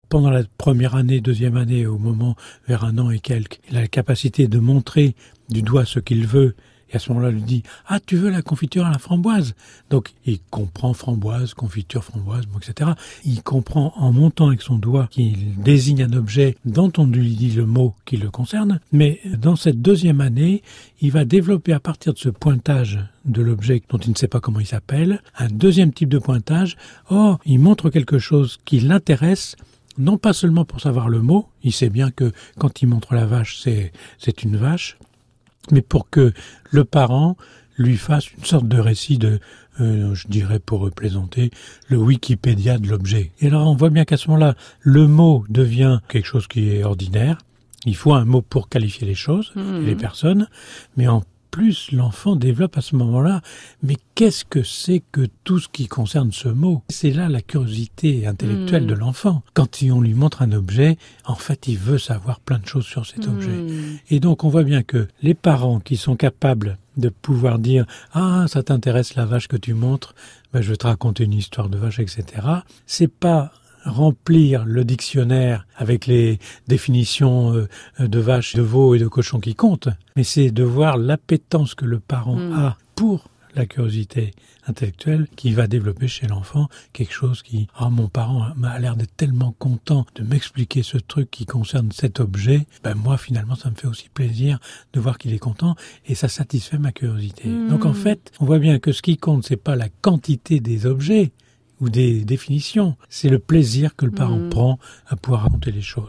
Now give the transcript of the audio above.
pendant la première année, deuxième année, au moment vers 1 an et quelques, il a la capacité de montrer du doigt ce qu'il veut. Et à ce moment-là, il lui dit « Ah, tu veux la confiture à la framboise ?» Donc, il comprend framboise, confiture, framboise, etc. Il comprend en montant avec son doigt qu'il désigne un objet dont on lui dit le mot qui le concerne. Mais dans cette deuxième année, il va développer à partir de ce pointage de l'objet dont il ne sait pas comment il s'appelle, un deuxième type de pointage. Oh, il montre quelque chose qui l'intéresse, non pas seulement pour savoir le mot, il sait bien que quand il montre la vache, c'est une vache, mais pour que le parent lui fasse une sorte de récit je dirais pour plaisanter, le Wikipédia de l'objet. Et alors on voit bien qu'à ce moment-là, le mot devient quelque chose qui est ordinaire. Il faut un mot pour qualifier les choses et les personnes, mais en plus l'enfant développe à ce moment-là, mais qu'est-ce que c'est que tout ce qui concerne ce mot? C'est là la curiosité intellectuelle de l'enfant. Quand on lui montre un objet, en fait, il veut savoir plein de choses sur cet objet. Et donc, on voit bien que les parents qui sont capables de pouvoir dire « Ah, ça t'intéresse la vache que tu montres, ben, je vais te raconter une histoire de vache, etc. » C'est pas remplir le dictionnaire avec les définitions de vaches, de veaux et de cochons qui comptent, mais c'est de voir l'appétence que le parent a pour la curiosité intellectuelle qui va développer chez l'enfant quelque chose qui « Ah, mon parent m'a l'air d'être tellement content de m'expliquer ce truc qui concerne cet objet, ben moi finalement ça me fait aussi plaisir de voir qu'il est content et ça satisfait ma curiosité. » Donc en fait, on voit bien que ce qui compte, c'est pas la quantité des objets, ou des définitions. C'est le plaisir que le parent prend à pouvoir raconter les choses.